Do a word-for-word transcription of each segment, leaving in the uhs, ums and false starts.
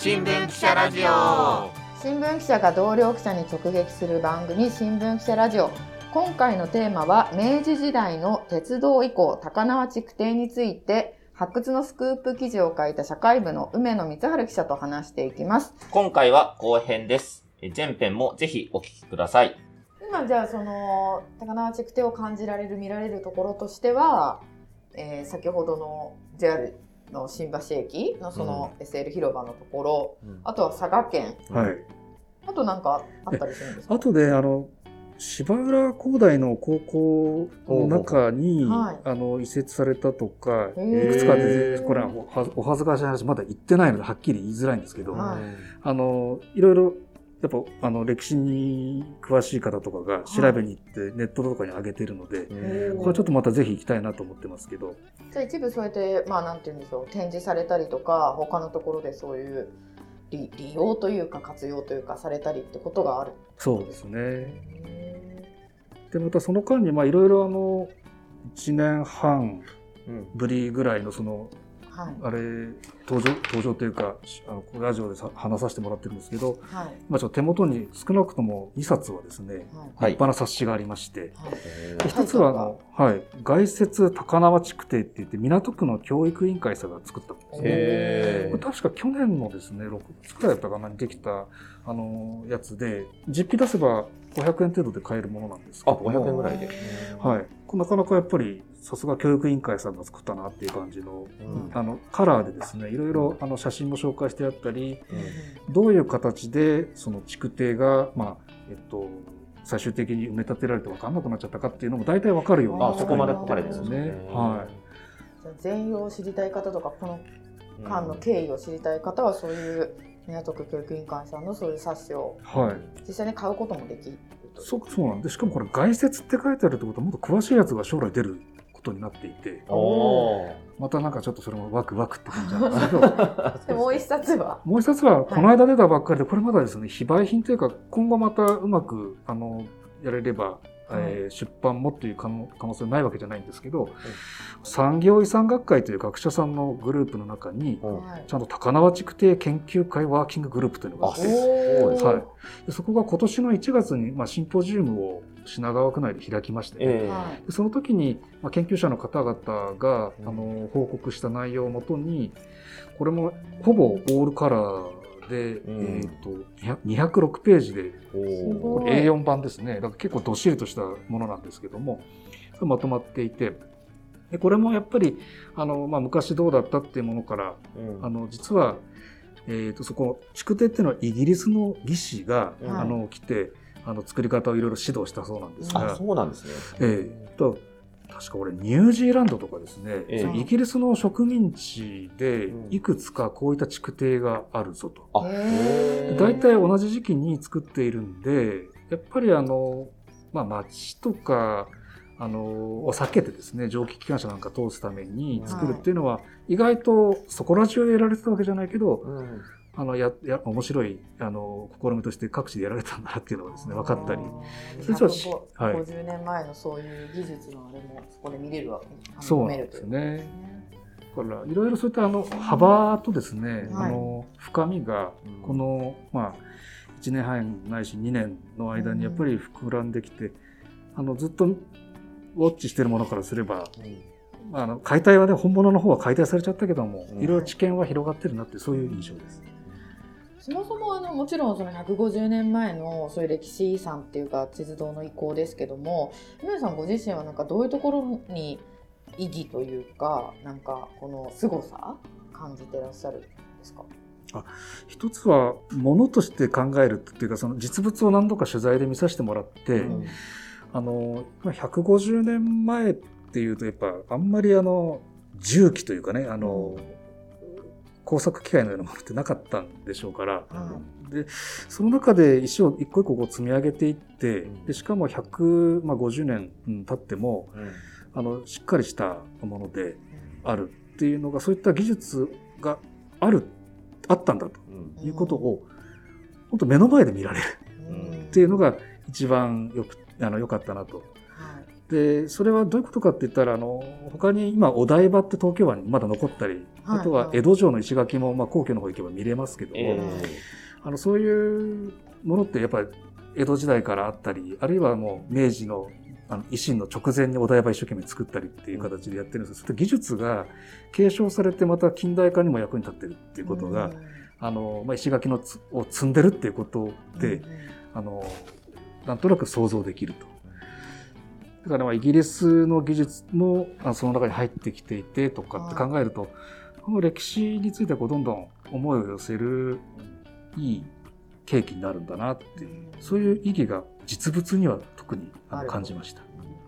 新聞記者ラジオ。 新聞記者が同僚記者に直撃する番組新聞記者ラジオ。今回のテーマは明治時代の鉄道遺構高輪築堤について発掘のスクープ記事を書いた社会部の梅野光晴記者と話していきます。 今回は後編です。前編もぜひお聞きください。 今じゃあその高輪築堤を感じられる見られるところとしては、えー、先ほどの ジェイアール の新橋駅のその エスエル 広場のところ、うん、あとは佐賀県、 はい、 あとなんかあったりするんですか？ あとであの芝浦工大の高校の中に、はい、あの移設されたとかいくつかでこれはお恥ずかしい話まだ言ってないのではっきり言いづらいんですけど、はい、あのいろいろやっぱあの歴史に詳しい方とかが調べに行ってネットとかに上げてるので、はい、これちょっとまたぜひ行きたいなと思ってますけど、 じゃあ一部そうやってまあなんていうんでしょう、展示されたりとか他のところでそういう利, 利用というか活用というかされたりってことがある。 そうですね。でまたその間にいろいろあのいちねんはんぶりぐらいのその、はい、あれ登場登場というかあのラジオで話させてもらってるんですけど、はい、今ちょっと手元に少なくともにさつはですね、はい、立派な冊子がありまして、はい、ひとつはあの、はい、外設高輪築堤って言って港区の教育委員会さんが作ったんですね。へー。これ確か去年のですねろくがつくらいだったかなにできたあのやつで実費出せばごひゃくえん程度で買えるものなんですけど、 あ、ごひゃくえんぐらいで、 はい、なかなかやっぱりさすが教育委員会さんが作ったなっていう感じの、うん、あのカラーでですねいろいろあの写真も紹介してあったり、うん、どういう形でその築堤が、まあえっと、最終的に埋め立てられて分かんなくなっちゃったかっていうのも大体分かるような、 あ、そこまで書かれてるんですね。 はい、じゃあ全容を知りたい方とかこの間の経緯を知りたい方はそういう港区教育委員会さんのそういう冊子を実際に買うこともできると、はい、 そ, そうなんでしかもこれ外設って書いてあるってことはもっと詳しいやつが将来出ることになっていて、おまたなんかちょっとそれもワクワクって感じなんですけどでもう一冊はもう一冊はこの間出たばっかりで、はい、これまだですね非売品というか今後またうまくあのやれればえー、出版もという可能性ないわけじゃないんですけど、うん、産業遺産学会という学者さんのグループの中に、うん、ちゃんと高輪築堤研究会ワーキンググループというのがあって、はい、でそこが今年のいちがつに、まあ、シンポジウムを品川区内で開きまして、ねえー、でその時に、まあ、研究者の方々が、うん、あの報告した内容をもとにこれもほぼオールカラーで、うん、えー、とにひゃくろくページでこれ エーよん 版ですね。だから結構どっしりとしたものなんですけどもまとまっていて、でこれもやっぱりあの、まあ、昔どうだったっていうものから、うん、あの実は、えー、とそこ築堤っていうのはイギリスの技師が、うん、あの来てあの作り方をいろいろ指導したそうなんですが、 あ、そうなんですね。 えー、と確か俺ニュージーランドとかですね、えー、イギリスの植民地でいくつかこういった築堤があるぞと、うん、だいたい同じ時期に作っているんでやっぱりあの、まあ、町とかあのを避けてですね蒸気機関車なんか通すために作るっていうのは、意外とそこら中でやられてたわけじゃないけど、うん、あのやや面白いあの試みとして各地でやられたんだなっていうのがですね分かったり、 それじゃごじゅうねんまえのそういう技術のあれもそこで見れるわけですそうなんですね。だからいろいろそういったあの幅とですね、はい、あの深みがこの、まあ、いちねんはんないしにねんの間にやっぱり膨らんできて、あのずっとウォッチしてるものからすれば、うん、あの解体はね本物の方は解体されちゃったけども、うん、いろいろ知見は広がってるなってそういう印象です。 そもそもあのもちろんそのひゃくごじゅうねんまえのそういう歴史遺産っていうか鉄道の遺構ですけども、皆さんご自身はなんかどういうところに意義というかなんかこの凄さ感じてらっしゃるんですか？ あ、一つはものとして考えるっていうかその実物を何度か取材で見させてもらって、うん、あのひゃくごじゅうねんまえっていうとやっぱあんまりあの重機というかねあの、うん工作機械のようなものってなかったんでしょうから、うん、でその中で石を一個一個こう積み上げていって、うん、でしかもひゃくごじゅうねん経っても、うん、あのしっかりしたものであるっていうのがそういった技術があるあったんだということを、うん、本当目の前で見られるっていうのが一番よくあの良かったなと。 でそれはどういうことかって言ったらあの他に今お台場って東京湾にまだ残ったり、はい、あとは江戸城の石垣もまあ皇居の方行けば見れますけども、えー、あのそういうものってやっぱり江戸時代からあったりあるいはもう明治のあの維新の直前にお台場一生懸命作ったりっていう形でやってるんですけど、うん、技術が継承されてまた近代化にも役に立ってるっていうことが、うん、あのまあ、石垣のつを積んでるっていうことで、うん、あのなんとなく想像できると。だからまあイギリスの技術もその中に入ってきていてとかって考えると、この歴史についてこうどんどん思いを寄せるいい契機になるんだなっていう、そういう意義が実物には特に感じました。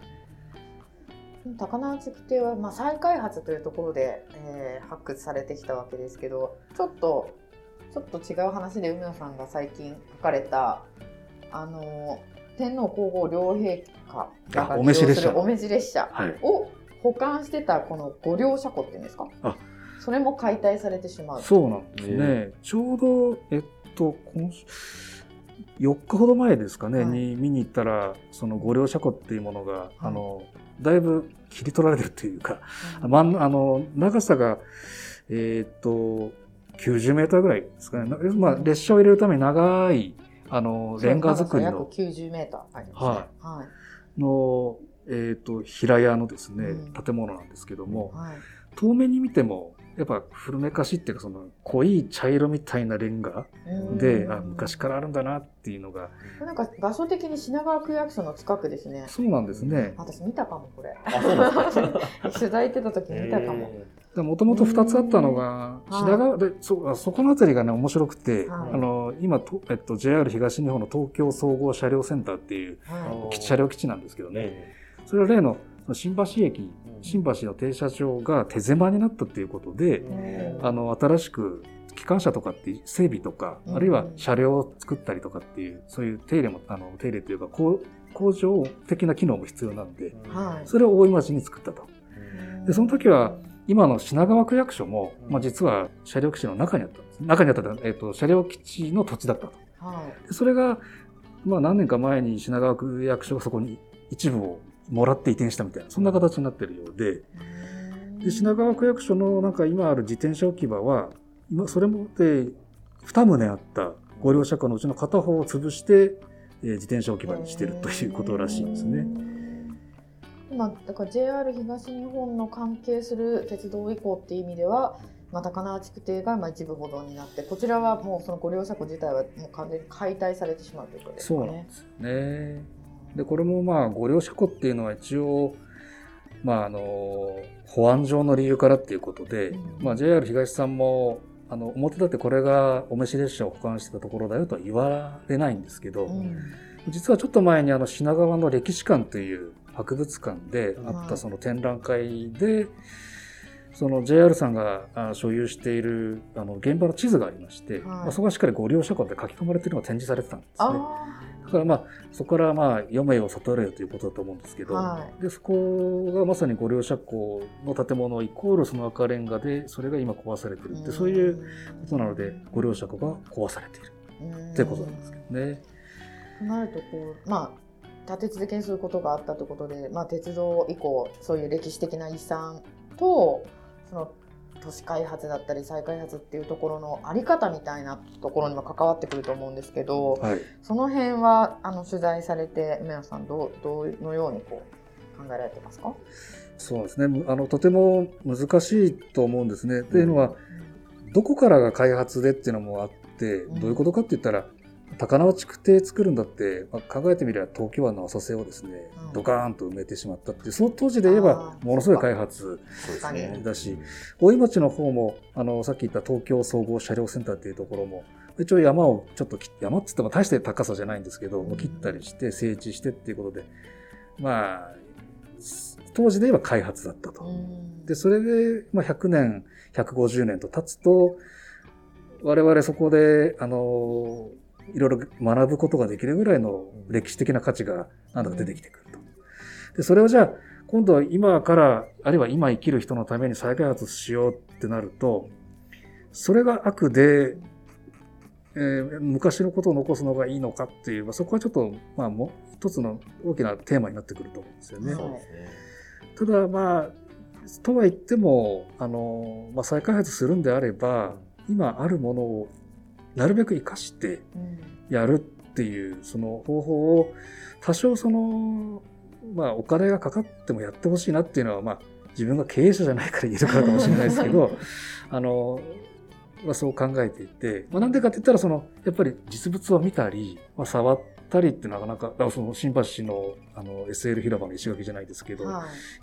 高輪築堤はまあ再開発というところで、えー、発掘されてきたわけですけど、ちょっとちょっと違う話で海野さんが最近書かれたあの天皇皇后両陛下が利用するお召し列車を保管してたこの御陵車庫っていうんですか、あ、それも解体されてしまう。 そうなんですね。ちょうどえっと今よっかほど前ですかね、はい、に見に行ったらその御陵車庫っていうものが、はい、あのだいぶ切り取られてるというか、うん、ま、あの長さがえー、っときゅうじゅうメーターぐらいですかね。まあ、列車を入れるために長いあのレンガ造りの約きゅうじゅうメーターありますね。 はいはい、のえー、っと平屋のですね、うん、建物なんですけども、はい、遠目に見てもやっぱ古めかしっていうかその濃い茶色みたいなレンガで、あ、昔からあるんだなっていうのが、 なんか場所的に品川区役所の近くですね。 そうなんですね。 私見たかもこれ。あ、そうです取材行ってた時見たかも。 もともとふたつあったのが品川で、そ, そこのあたりがね面白くて、はい、あの今と、えっと、ジェイアール 東日本の東京総合車両センターっていう、はい、車両基地なんですけどね、それは例の新橋駅、新橋の停車場が手狭になったっていうことで、あの新しく機関車とかって整備とか、あるいは車両を作ったりとかっていうそういう手入れもあの手入れというか工場的な機能も必要なんで、はい、それを大井町に作ったと。でその時は今の品川区役所も、まあ、実は車両基地の中にあったんです。中にあった、えーと、車両基地の土地だったと。はい、でそれが、まあ、何年か前に品川区役所がそこに一部をもらって移転したみたいな、そんな形になっているようで、で品川区役所のなんか今ある自転車置き場は、今それもでにとうあった御陵車庫のうちの片方を潰して、えー、自転車置き場にしているということらしいんですね。 今だから ジェイアール 東日本の関係する鉄道移行っていう意味では、まあ、高輪築堤がまあ一部歩道になって、こちらはもうその御陵車庫自体はもう完全に解体されてしまうということですかね。 そうなんですね。でこれもまあ御陵車庫っていうのは一応、まあ、あの保安上の理由からっていうことで、うん、まあ、ジェイアール 東さんもあの表立ってこれがお召し列車を保管してたところだよとは言われないんですけど、うん、実はちょっと前にあの品川の歴史館という博物館であったその展覧会で、その ジェイアール さんが所有しているあの現場の地図がありまして、はい、まあ、そこがしっかり御陵車庫で書き込まれているのが展示されてたんですね。だからまあそこからまあ読めよ悟れよということだと思うんですけど、はい、でそこがまさに御陵車庫の建物イコールその赤レンガで、それが今壊されているって、そういうことなので御陵車庫が壊されているっていうことなんですけどね。 となるとこう、まあ立て続けにそういうことがあったということで、まあ、鉄道以降そういう歴史的な遺産とその都市開発だったり再開発っていうところのあり方みたいなところにも関わってくると思うんですけど、はい、その辺はあの取材されて梅野さんどう、どのようにこう考えられてますか？ そうですね、あのとても難しいと思うんですね。と、うん、いうのはどこからが開発でっていうのもあって、うん、どういうことかって言ったら高輪築堤作るんだって、まあ、考えてみれば東京湾の浅瀬をですね、うん、ドカーンと埋めてしまったっていう、その当時で言えばものすごい開発だし、大井町の方もあのさっき言った東京総合車両センターっていうところも一応山をちょっと山っつっても大して高さじゃないんですけど、うん、切ったりして整地してっていうことで、まあ当時で言えば開発だったと。うん、でそれで、まあ、ひゃくねんひゃくごじゅうねんと経つと我々そこであのいろいろ学ぶことができるぐらいの歴史的な価値がなんだか出てきてくると。でそれをじゃあ今度は今からあるいは今生きる人のために再開発しようってなると、それが悪で、 えー、昔のことを残すのがいいのかっていう、まあ、そこはちょっと、まあ、もう一つの大きなテーマになってくると思うんですよね。 そうですね。 ただまあとは言ってもあの、まあ、再開発するんであれば今あるものをなるべく生かしてやるっていうその方法を多少その、まあ、お金がかかってもやってほしいなっていうのは、まあ、自分が経営者じゃないから言えるからかもしれないですけどあの、まあ、そう考えていて、まあ、なんでかって言ったらそのやっぱり実物を見たり、まあ、触ったりってなかなか、だからその新橋 の, あの エスエル 広場の石垣じゃないですけど、はい、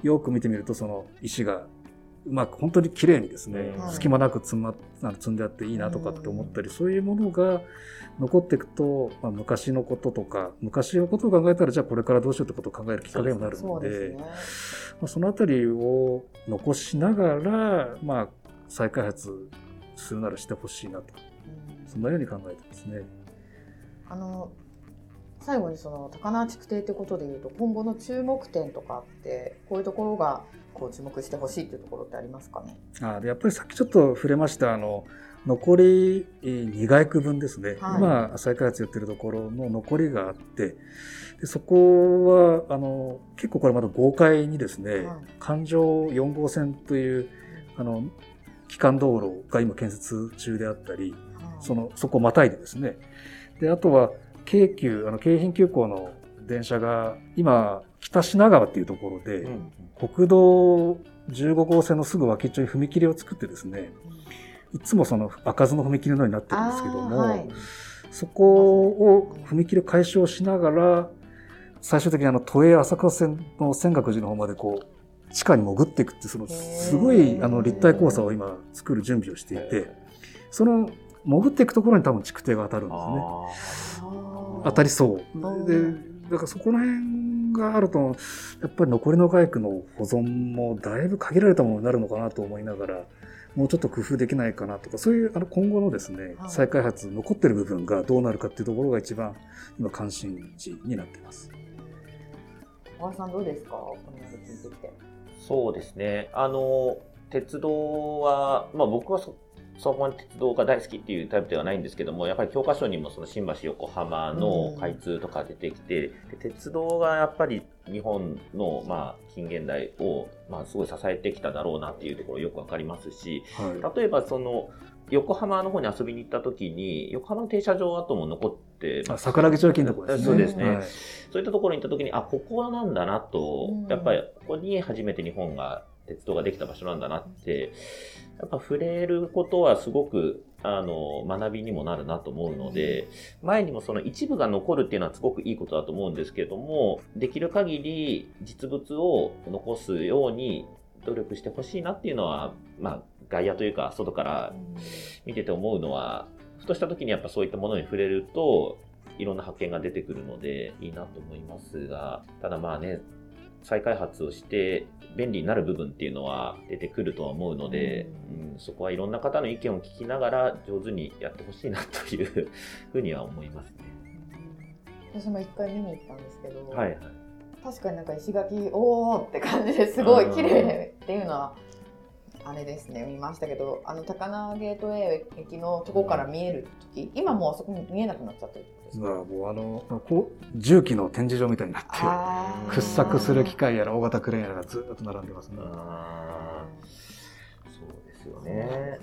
よく見てみるとその石がうまく本当に綺麗にですね、はい、隙間なく積, ま積んであっていいなとかって思ったり、そういうものが残っていくと、まあ、昔のこととか昔のことを考えたらじゃあこれからどうしようってことを考えるきっかけになるの で, で、ねまあ、そのあたりを残しながら、まあ、再開発するならしてほしいなと、うん、そんなように考えてますね。 あの最後にその高輪築堤ということでいうと今後の注目点とかってこういうところがこう注目してほしいというところってありますかね。 あでやっぱりさっきちょっと触れましたあの残りにがいくぶんですね、はい、今再開発やってるところの残りがあってでそこはあの結構これまだ豪快にですね、はい、環状よんごうせんというあの基幹道路が今建設中であったり、はい、そのそこをまたいでですねであとは京急あの京浜急行の電車が今北品川っていうところで、うん、国道じゅうごごうせんのすぐ脇っちょに踏切を作ってですね、いつもその開かずの踏切のようになってるんですけども、はい、そこを踏切解消しながら最終的にあの都営浅草線の泉岳寺の方までこう地下に潜っていくってそのすごいあの立体交差を今作る準備をしていて、その潜っていくところに多分築堤が当たるんですね。当たりそうで、だからそこら辺があるとやっぱり残りの街区の保存もだいぶ限られたものになるのかなと思いながら、もうちょっと工夫できないかなとか、そういうあの今後のですね、はい、再開発残ってる部分がどうなるかっていうところが一番今関心事になっています。 小川さんどうですか、この話聞いてきて。 そうですね、あの鉄道は、まあ、僕はそそこに鉄道が大好きっていうタイプではないんですけども、やっぱり教科書にもその新橋横浜の開通とか出てきて、で鉄道がやっぱり日本のまあ近現代をまあすごい支えてきただろうなっていうところよくわかりますし、はい、例えばその横浜の方に遊びに行った時に横浜の停車場跡も残ってます。 桜木町駅のところですね。 そうですね、はい、そういったところに行った時にあここなんだなと、やっぱりここに初めて日本が鉄道ができた場所なんだなってやっぱ触れることはすごくあの学びにもなるなと思うので、前にもその一部が残るっていうのはすごくいいことだと思うんですけれども、できる限り実物を残すように努力してほしいなっていうのは、まあ、外野というか外から見てて思うのは、ふとした時にやっぱそういったものに触れるといろんな発見が出てくるのでいいなと思いますが、ただまあね、再開発をして便利になる部分っていうのは出てくるとは思うので、うん、そこはいろんな方の意見を聞きながら上手にやってほしいなというふうには思いますね。 私も一回見に行ったんですけど、 はいはい、 確かになんか石垣おーって感じですごい綺麗っていうのはあれですね、見ましたけど、あの高輪ゲートウェイ駅のとこから見える時、今もうあそこに見えなくなっちゃってるんですか？ もうあのこう重機の展示場みたいになって掘削する機械やら大型クレーンやらがずっと並んでますね。 あそうですよね。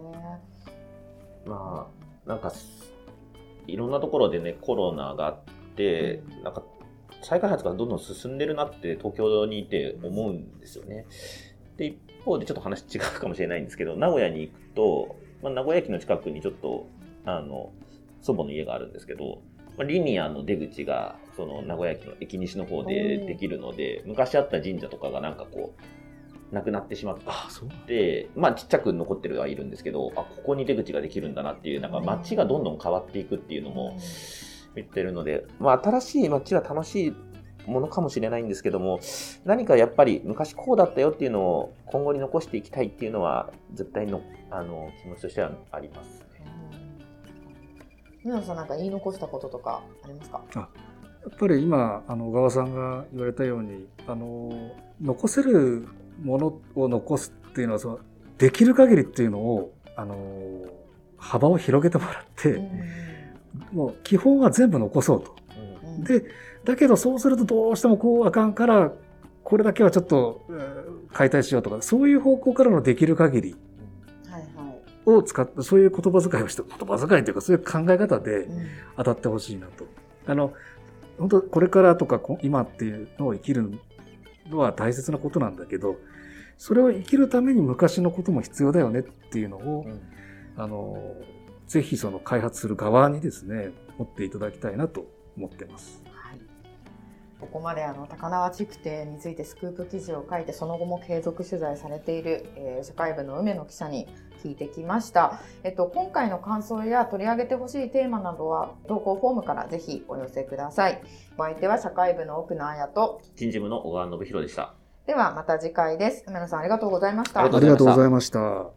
まあなんかいろんなところでねコロナがあって、うん、なんか再開発がどんどん進んでるなって東京にいて思うんですよね。で一方でちょっと話違うかもしれないんですけど、名古屋に行くと、まあ、名古屋駅の近くにちょっとあの祖母の家があるんですけど、まあ、リニアの出口がその名古屋駅の駅西の方でできるので、昔あった神社とかがなんかこうなくなってしまって、あそうで、まあちっちゃく残ってるはいるんですけど、あここに出口ができるんだなっていう、なんか街がどんどん変わっていくっていうのも言ってるので、まあ新しい街は楽しいものかもしれないんですけども、何かやっぱり昔こうだったよっていうのを今後に残していきたいっていうのは絶対のあの気持ちとしてはあります。 皆さんなんか言い残したこととかありますか？ あやっぱり今あの小川さんが言われたようにあの残せるものを残すっていうのはそのできる限りっていうのをあの幅を広げてもらって、 うんもう基本は全部残そうと。 うんで、だけどそうするとどうしてもこうあかんから、これだけはちょっと解体しようとか、そういう方向からのできる限りはいはいを使って、そういう言葉遣いをして、言葉遣いというかそういう考え方でうん当たってほしいなと。あの、本当これからとかこ今っていうのを生きるのは大切なことなんだけど、それを生きるために昔のことも必要だよねっていうのを、 うんあの、ぜひその開発する側にですね、持っていただきたいなと思ってます。 はい、ここまであの高輪築堤についてスクープ記事を書いて、その後も継続取材されている、えー、社会部の梅野記者に聞いてきました。えっと、今回の感想や取り上げてほしいテーマなどは投稿フォームからぜひお寄せください。お相手は社会部の奥野彩と人事部の小川信弘でした。 ではまた次回です。梅野さんありがとうございました。 ありありがとうございました。